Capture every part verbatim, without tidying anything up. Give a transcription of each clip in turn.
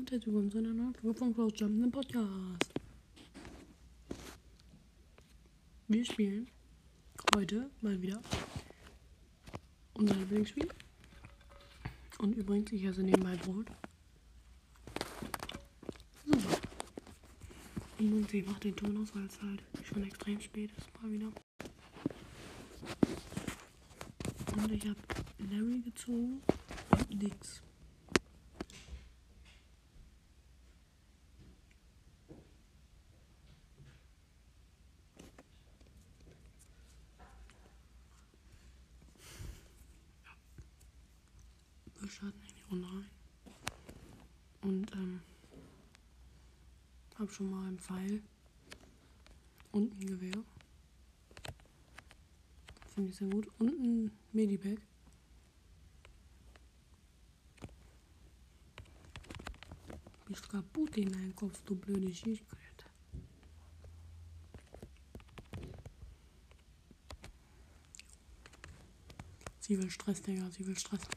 und herzlich willkommen zu einer neuen Folge von Close Jump, dem Podcast. Wir spielen heute mal wieder unser Lieblingsspiel. Und übrigens, ich esse nebenbei Brot. Super. Und ich mache den Ton aus, weil es halt schon extrem spät ist, mal wieder. Und ich habe Larry gezogen und nix. Wir starten in die Runde rein. Und ähm, habe schon mal einen Pfeil und ein Gewehr. Finde ich sehr gut. Und ein Medipack. Bist kaputt in deinem Kopf, du blöde Schildkröte. Sie will Stress, Digga, sie will Stress.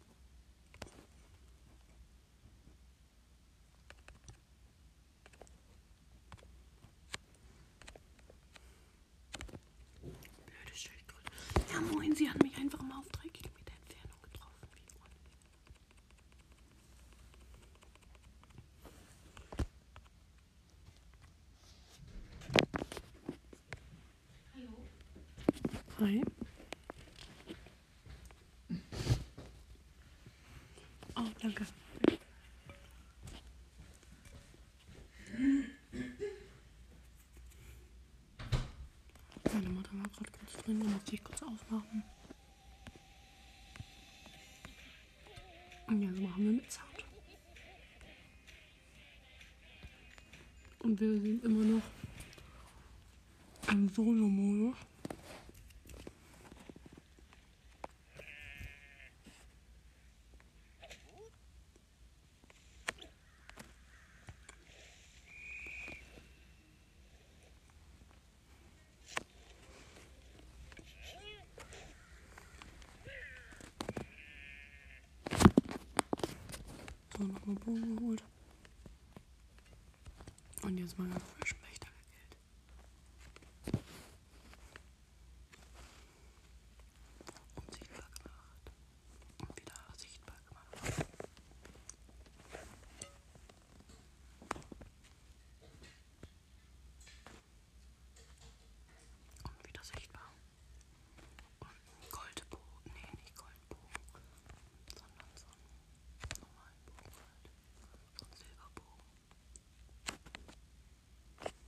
Blöde Schildkröte. Ja moin, sie hat mich einfach mal auf drei Kilometer Entfernung getroffen. Wie Hallo. Hi. Oh, danke. Meine Mutter war gerade kurz drin, die musste ich kurz aufmachen. Und jetzt machen wir mit Sound. Und wir sind immer noch im Solo-Modus. So, nochmal Bogen geholt. Und jetzt mal ganz frisch Wächter gekillt. Unsichtbar gemacht. Und wieder sichtbar gemacht. Und wieder sichtbar. Und ein Goldbogen. Nee, nicht Goldbogen. Sondern so einen normalen Bogen halt. So ein Silberbogen.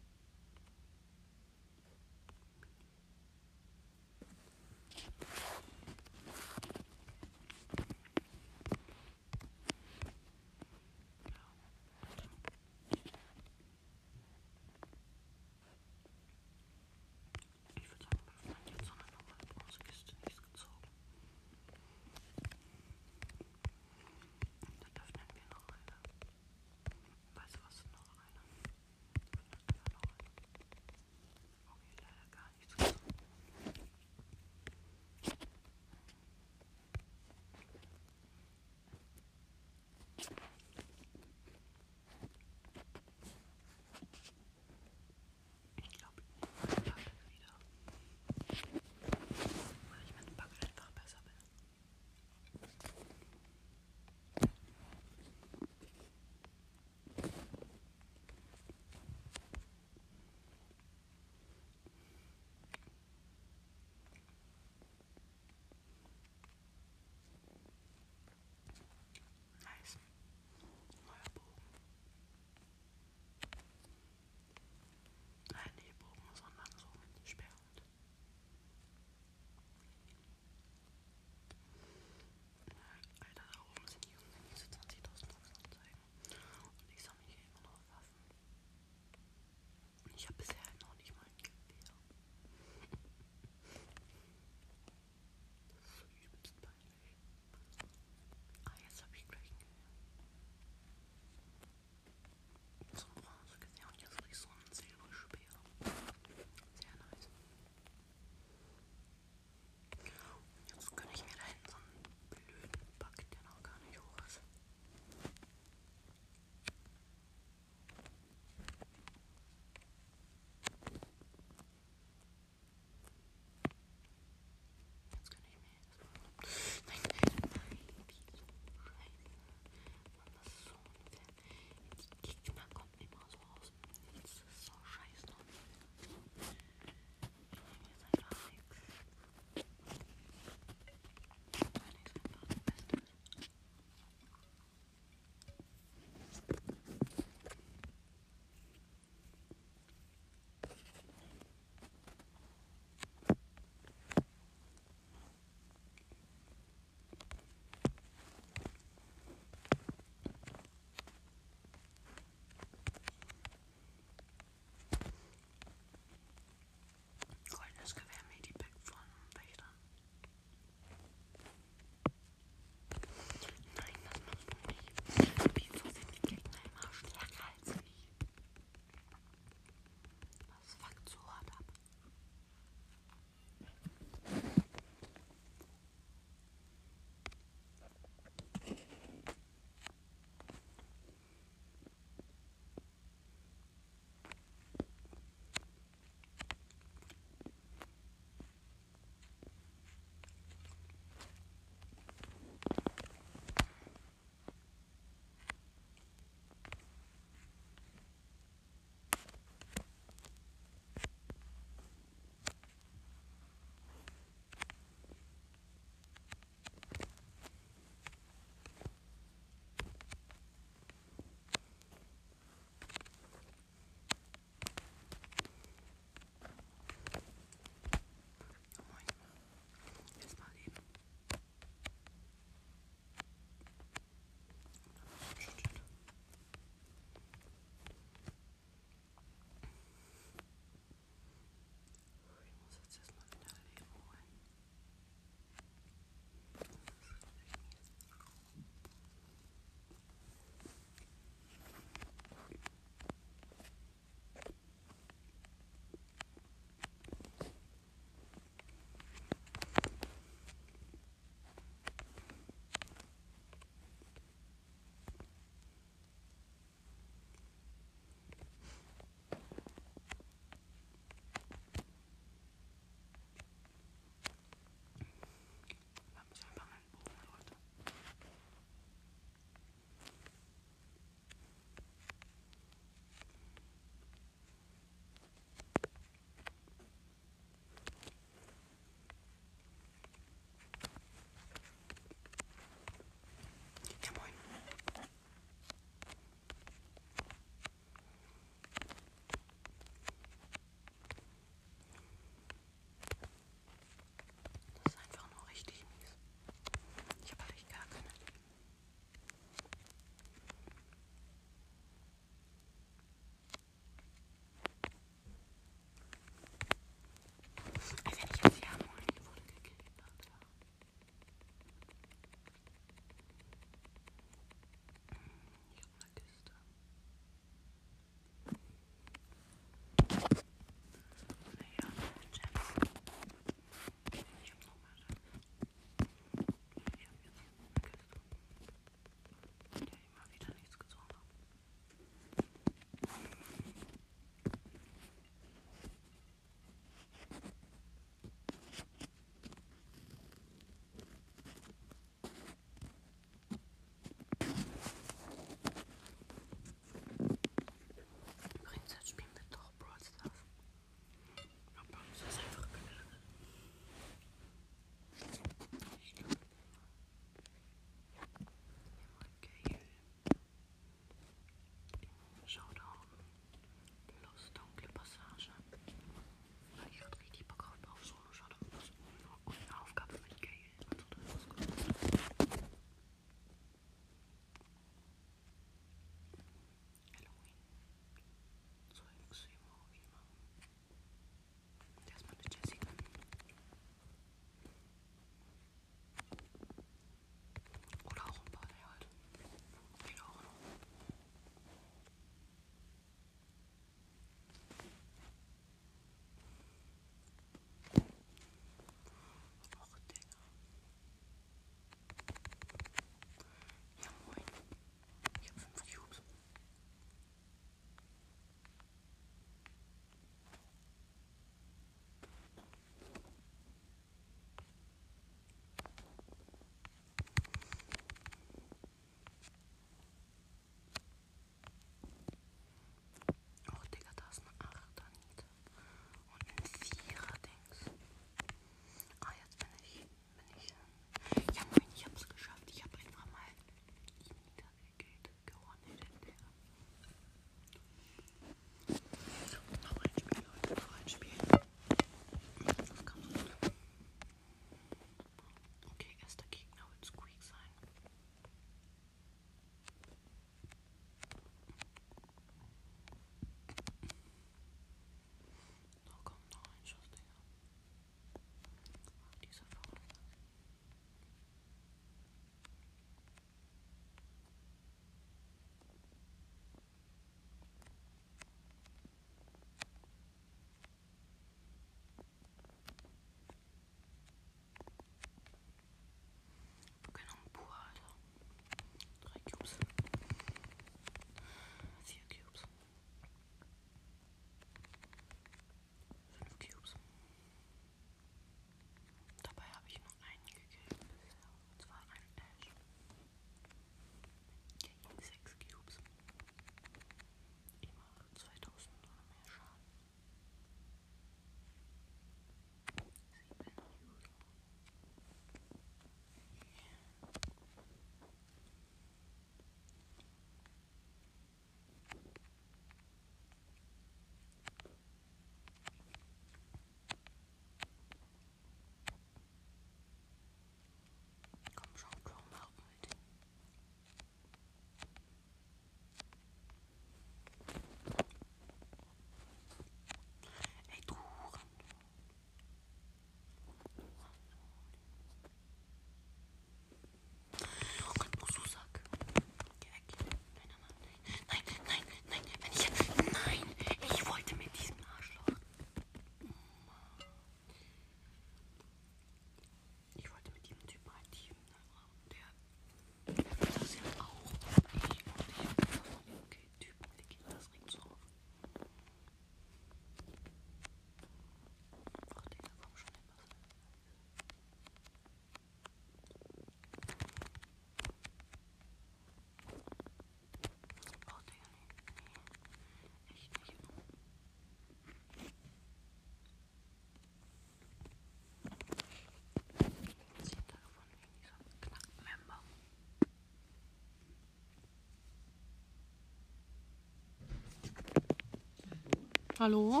Hallo?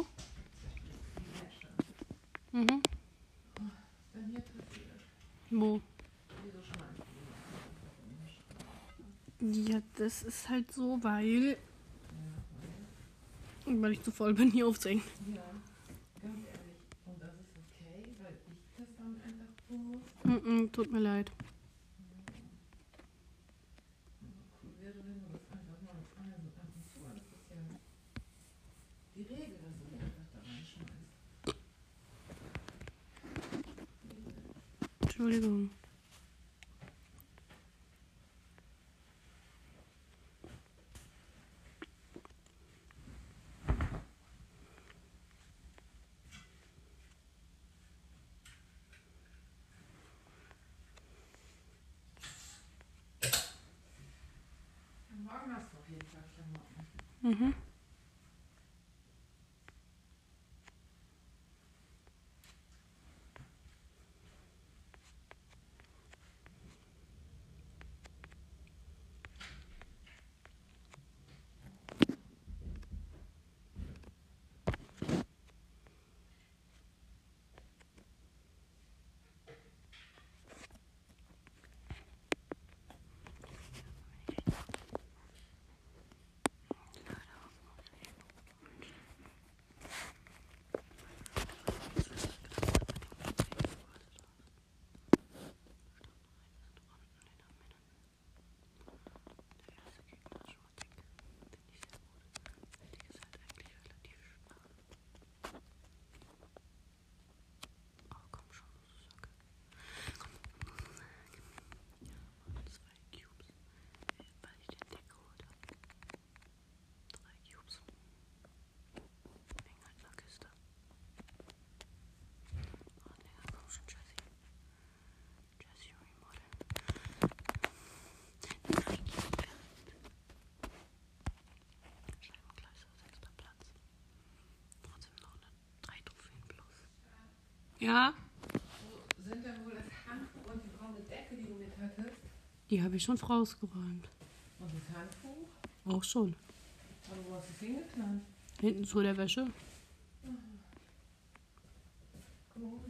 Mhm. Wo? Ja, das ist halt so, weil... Weil ich zu voll bin, hier aufzuhängen. Ja, ganz ehrlich. Und das ist okay, weil ich das dann einfach tun muss? Mhm, tut mir leid. Cool wäre, wenn du das einfach mal also ab und zu, das ist ja die Regel, dass du die einfach da reinschmeißt. Entschuldigung. Morgen hast du auf jeden Fall Klamotten. Mhm. Ja, Wo sind denn wohl das Handtuch und die braune Decke, die du mit hattest? die habe ich schon rausgeräumt. Und das Handtuch? Auch schon. Aber wo hast du es hingetan? Hinten zu der Wäsche. Gut.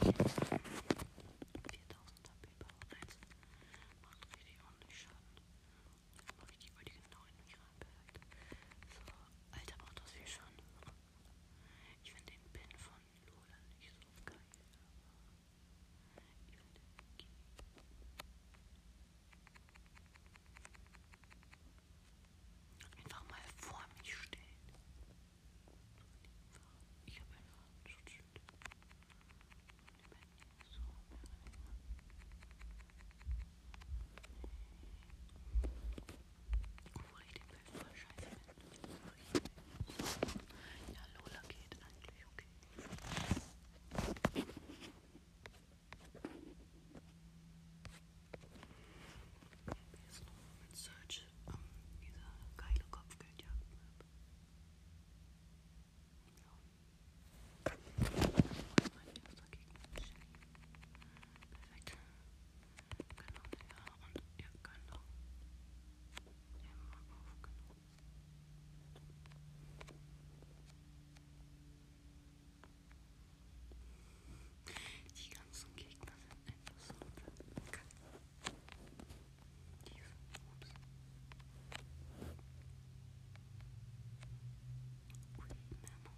viertausender Paper eins macht richtig ordentlich Schaden. Dann mache ich die bei die genau in mich rein. Perfekt. So, Alter, macht das viel Schaden. Ich finde den Pin von Lola nicht so geil, aber ich finde den okay. Einfach mal vor mich stellen. Ich habe einfach ein Schutzschild. Und die Betten hier so mehr oder weniger. Obwohl ich den Bild voll scheiße finde. Ja, Lola geht eigentlich okay. Jetzt noch mit Search um, diese geile Kopfgeldjagd-Map. Ja. Mein erster Gegner ist Shelly. Perfekt. Genau der und ja, genau. Immer aufgenommen. Die ganzen Gegner sind einfach so kacke. Die sind ups. Ui, Memo.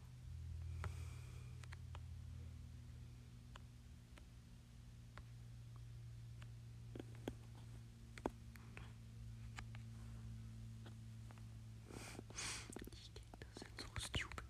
Die Gegner sind so stupid.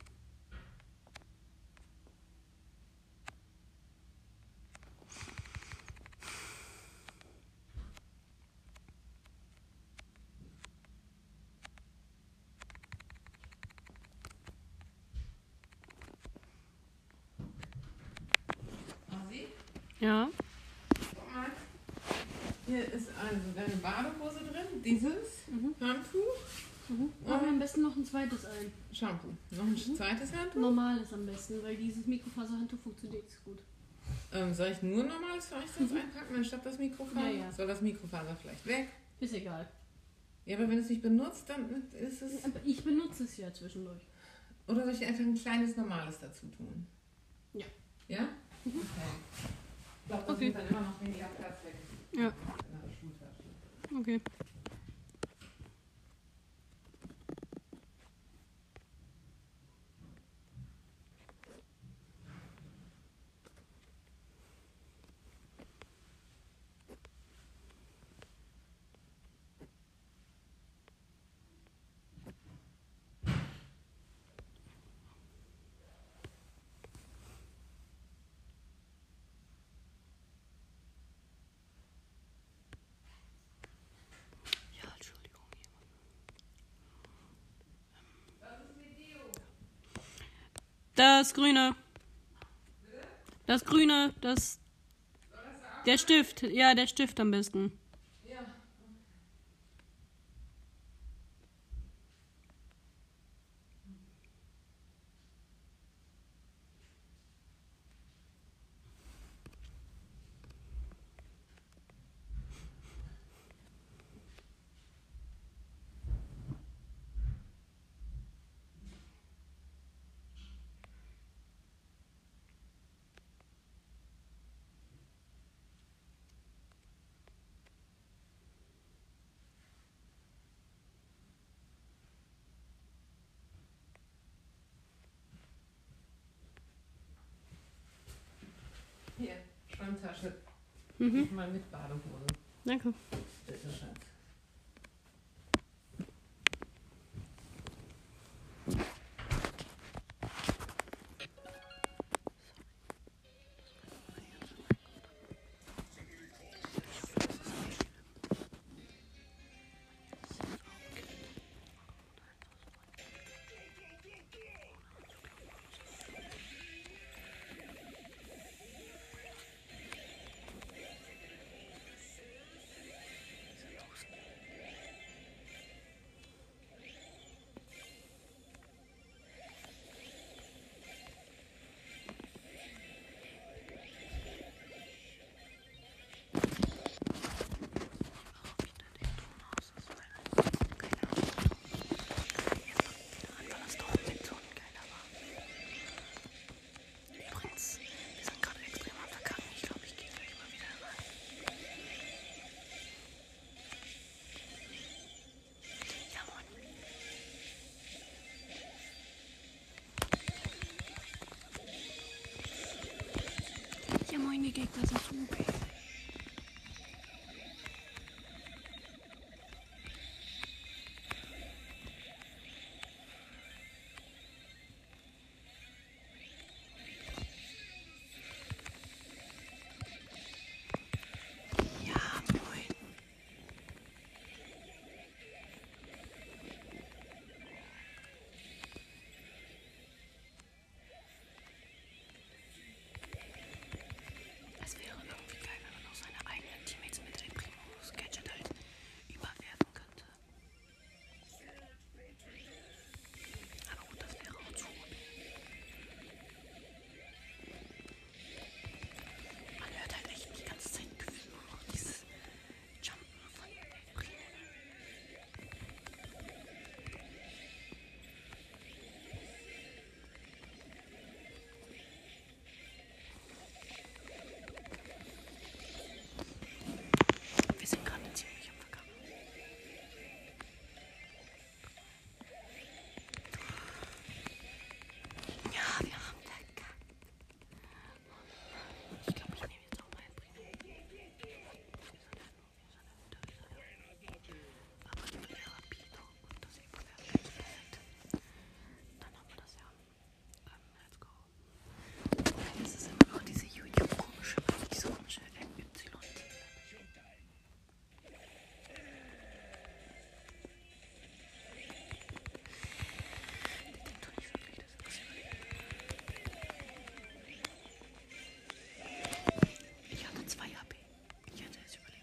Asi, Ja. guck mal. Hier ist also deine Badehose drin, dieses Mhm. Handtuch, Mhm. Mach mir am besten noch ein zweites ein. Shampoo. Noch ein zweites Handtuch. Normales am besten, weil dieses Mikrofaserhandtuch funktioniert nicht so gut. Ähm, soll ich nur normales Feuchtes einpacken, anstatt das Mikrofaser? Ja, ja. Soll das Mikrofaser vielleicht weg? Ist egal. Ja, aber wenn du es nicht benutzt, dann ist es... Aber ich benutze es ja zwischendurch. Oder soll ich einfach ein kleines normales dazu tun? Ja. Ja? Okay. Ich glaube, das Okay. nimmt dann immer noch weniger Platz weg. Ja. In der Schultasche. Okay. Ja, Entschuldigung. Das Grüne. Das Grüne, das... Der Stift. Ja, der Stift am besten. Ja. Hier, Schwammtasche. Mhm. Mal mit Badehose. Danke. Bitte, Schatz. Nein, die Gegner sind zu O P. Es wäre irgendwie geil, wenn man auch seine eigenen Teammates mit El Primo's Gadget halt überwerfen könnte. Aber gut, das wäre auch zu O P. Man hört halt echt die ganze Zeit gefühlt nur noch dieses Jumpen von El Primo. Wir sind gerade ziemlich am Verkacken. Ja, wir haben verkackt. Ich glaube, ich nehme jetzt auch mal El Primo. Aber die wird ja Rapido und das Überwerfen ist perfekt. Dann haben wir das ja. Ähm, let's go. Und jetzt ist immer noch diese YouTube-komische, diese komische Y. Ich hatte zwei H P. Ich hätte es überlebt.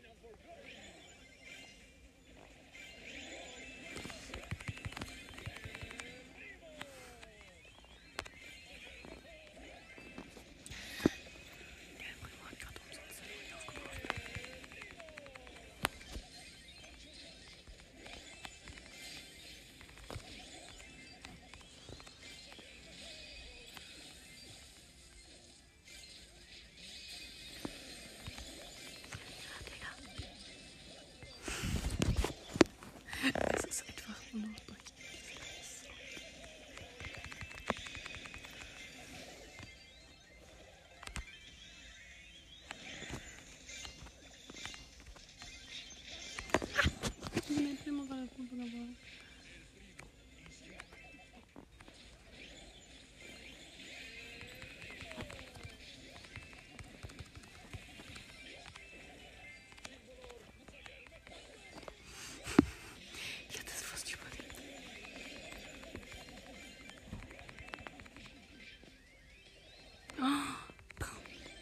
Der Primo hat gerade umsonst aufgebraucht. Es ist einfach nur noch durch die Fleiß. Ich bin El Primo gerade gut dabei. Ich hatte es fast überlebt. Oh, boom.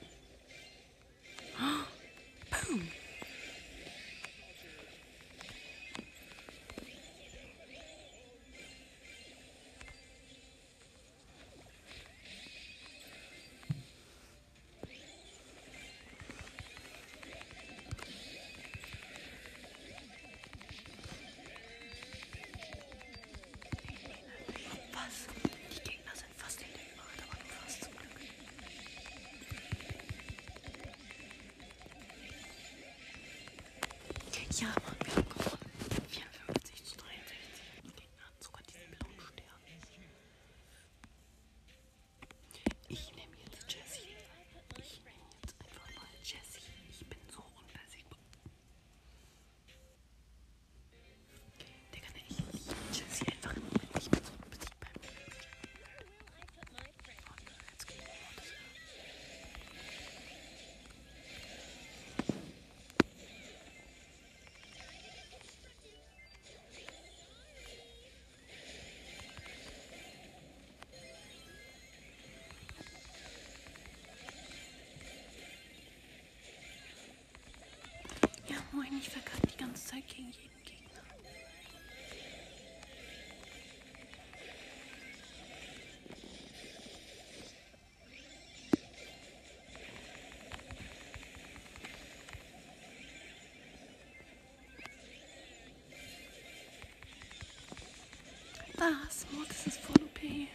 Oh, boom. Was? Die Gegner sind fast in der Überhand, aber nur fast zum Glück. Ja, Mann, wir haben gewonnen. vierundfünfzig zu dreiundsechzig. Die Gegner hatten sogar diesen blauen Stern. Ich nehme jetzt Jessie. Ich nehme jetzt einfach mal Jessie. Ich bin so unbesiegbar. Digga, ne, ich liebe Jessie einfach im Moment. Ich bin so unbesiegbar. Jetzt geht es. Ja, moin, ich verkacke die ganze Zeit gegen jeden Gegner. Was? Mortis ist voll O P.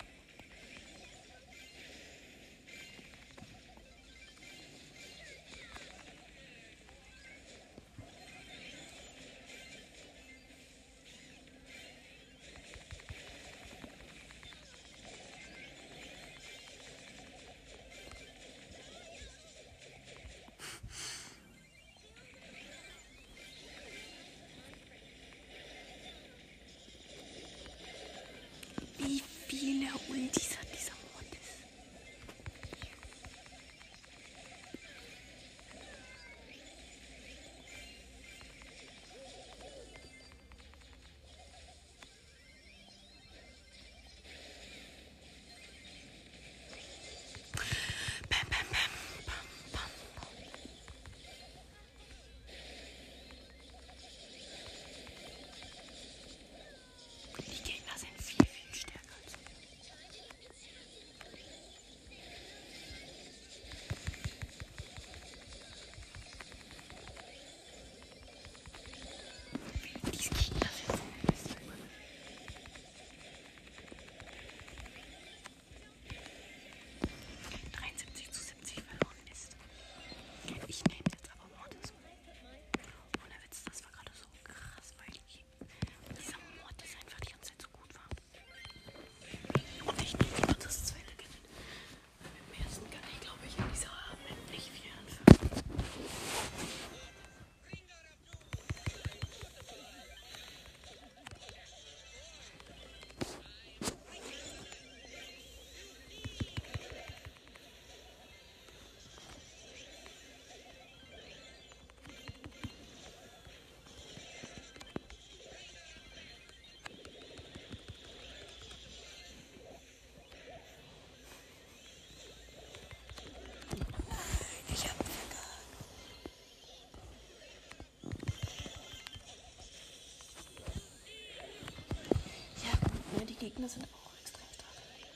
sind auch extrem stark.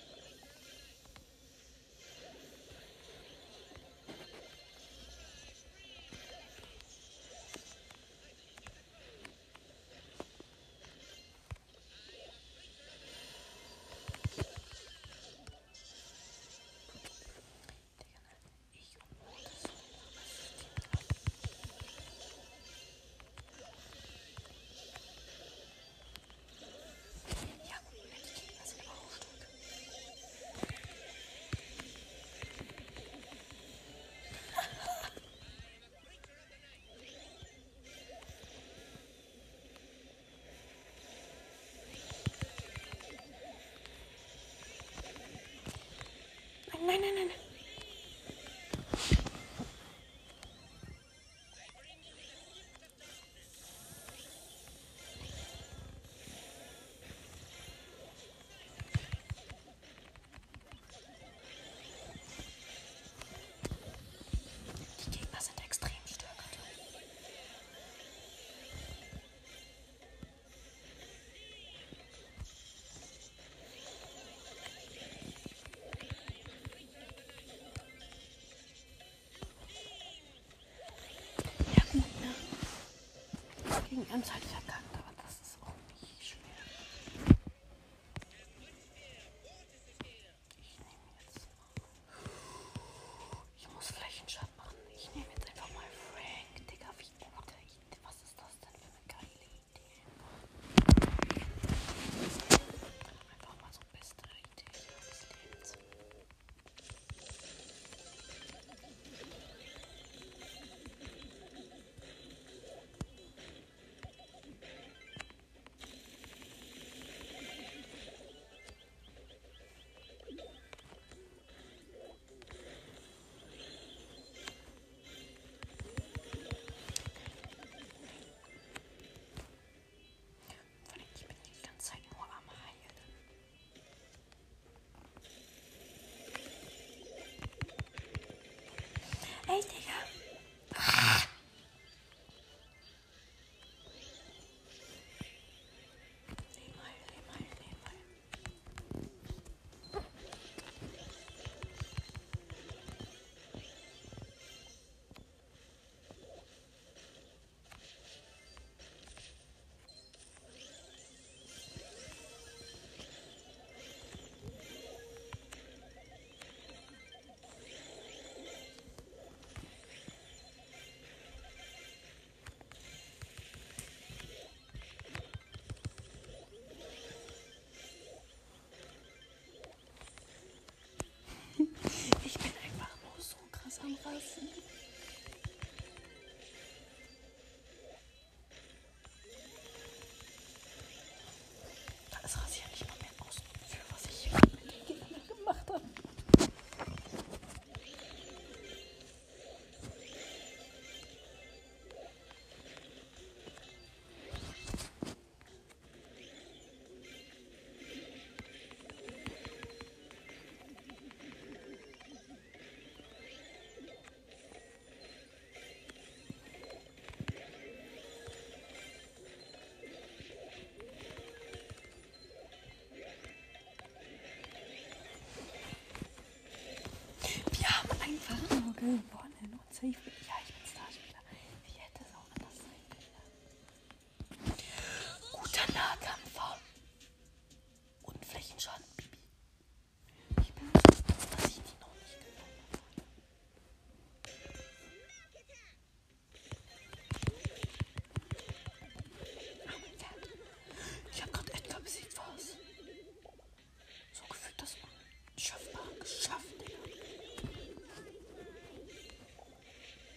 Ich und Mortis sind ja, die Gegner sind auch stark. Nein, nein, nein, nein. Die Gegner sind extrem stark. Ja gut, ne? Gegen Ems halt verkackt, aber das ist auch nicht schwer. Ich nehme jetzt mal... Ich muss Flächenschaden machen. Ich nehme jetzt einfach mal Frank. Digga, wie gute Idee. Was ist das denn für eine geile Idee? Einfach mal so beste Idee des Lebens. Vor allem, ich bin die ganze Zeit nur am Heilen. Ey, Digga. Leben heilen, Leben heilen, Leben heilen. Ich bin einfach nur so krass am Rassen. Das rasiert nicht mal mehr aus, für was ich hier mit den Gegnern gemacht habe. Wir haben einfach nur gewonnen und safe. Ja, ich bin Starspieler. Wie hätte es auch anders sein können? Guter Nahkämpfer. Und Flächenschaden, Bibi. Ich bin so, dass ich die noch nicht genommen habe. Oh mein Gott. Ich habe gerade Edgar besiegt, was? So gefühlt das Unschaffbare geschafft, Digga.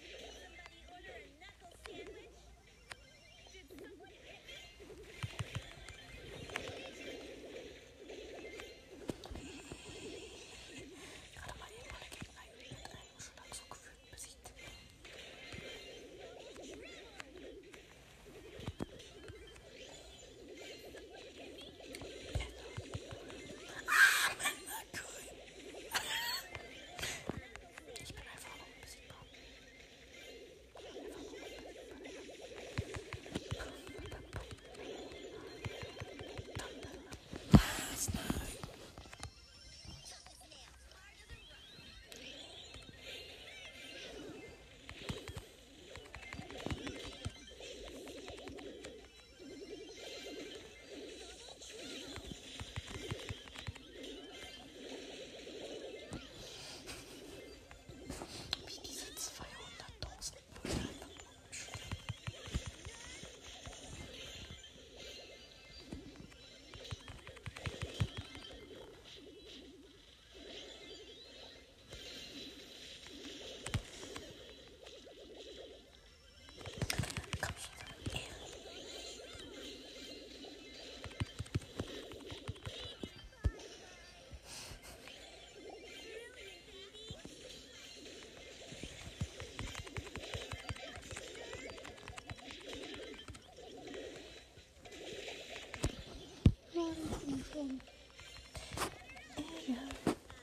Nein. Egal.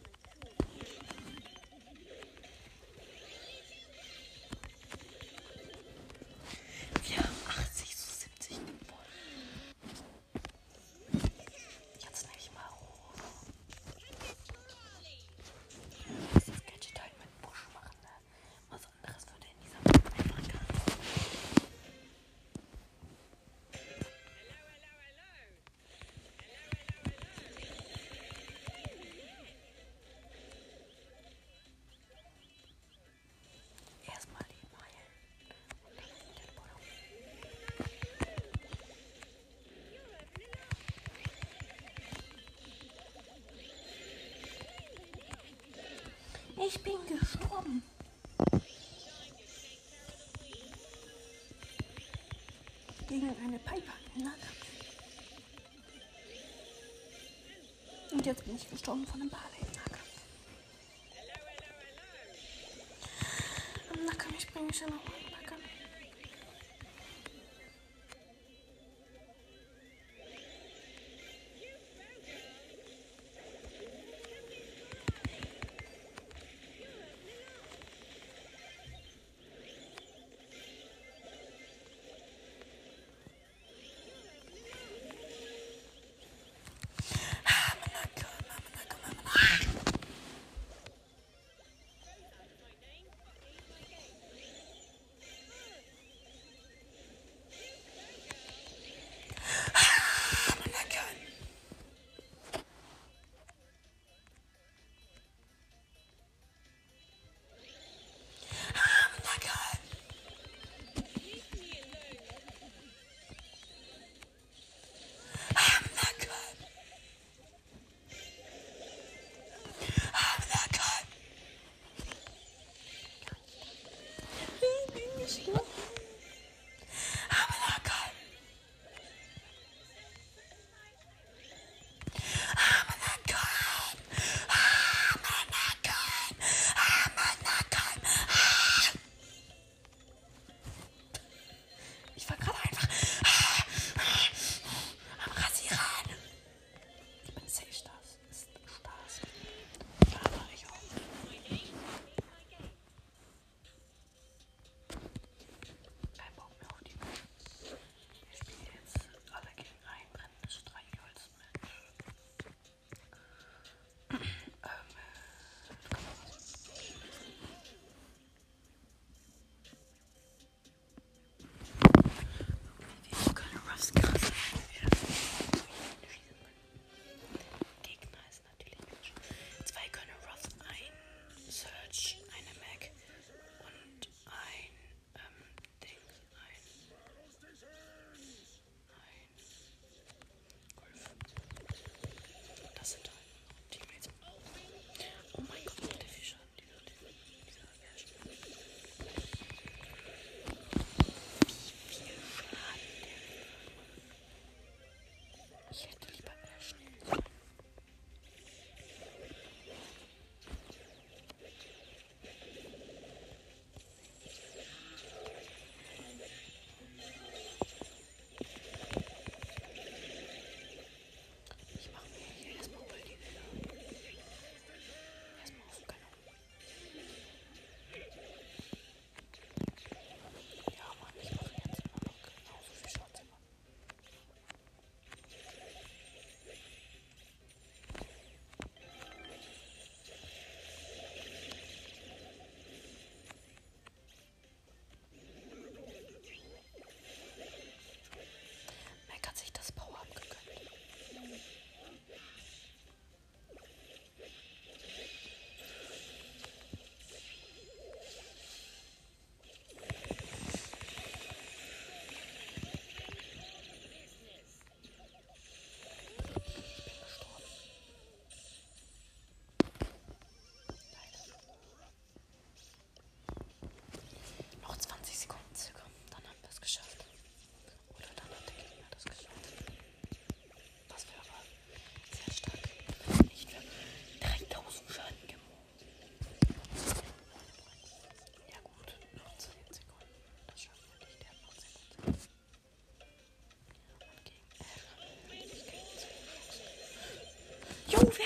Wir haben achtzig zu siebzig gewonnen. Jetzt nehme ich mal hoch. Ich muss das Gadget halt mit Busch machen, ne? Was anderes würde in dieser Map einfach gar nicht. Erstmal die Meilen und dann mit der Buddha. Ich bin gestorben. Gegen eine Piper im Nahkampf. Und jetzt bin ich gestorben von einem Barley im Nahkampf. Am Nacken, ich bringe mich ja noch mal am Nacken.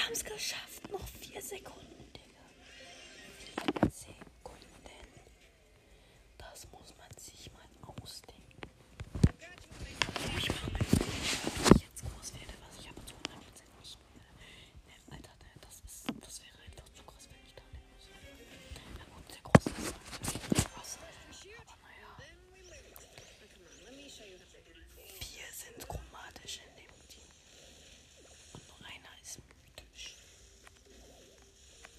haben es geschafft. Noch vier Sekunden, Digga. Vier Sekunden. Das muss man sich mal ausdenken. Ich mache mal, wenn ich jetzt groß werde, was ich aber zu hundert Prozent nicht werde. Ne, Alter, ne, das, ist, das wäre einfach zu krass, wenn ich da leben muss. Na gut, sehr groß ist halt krass. Aber naja. Vier sind chromatisch in dem Team. Und nur einer ist mythisch.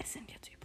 sind jetzt über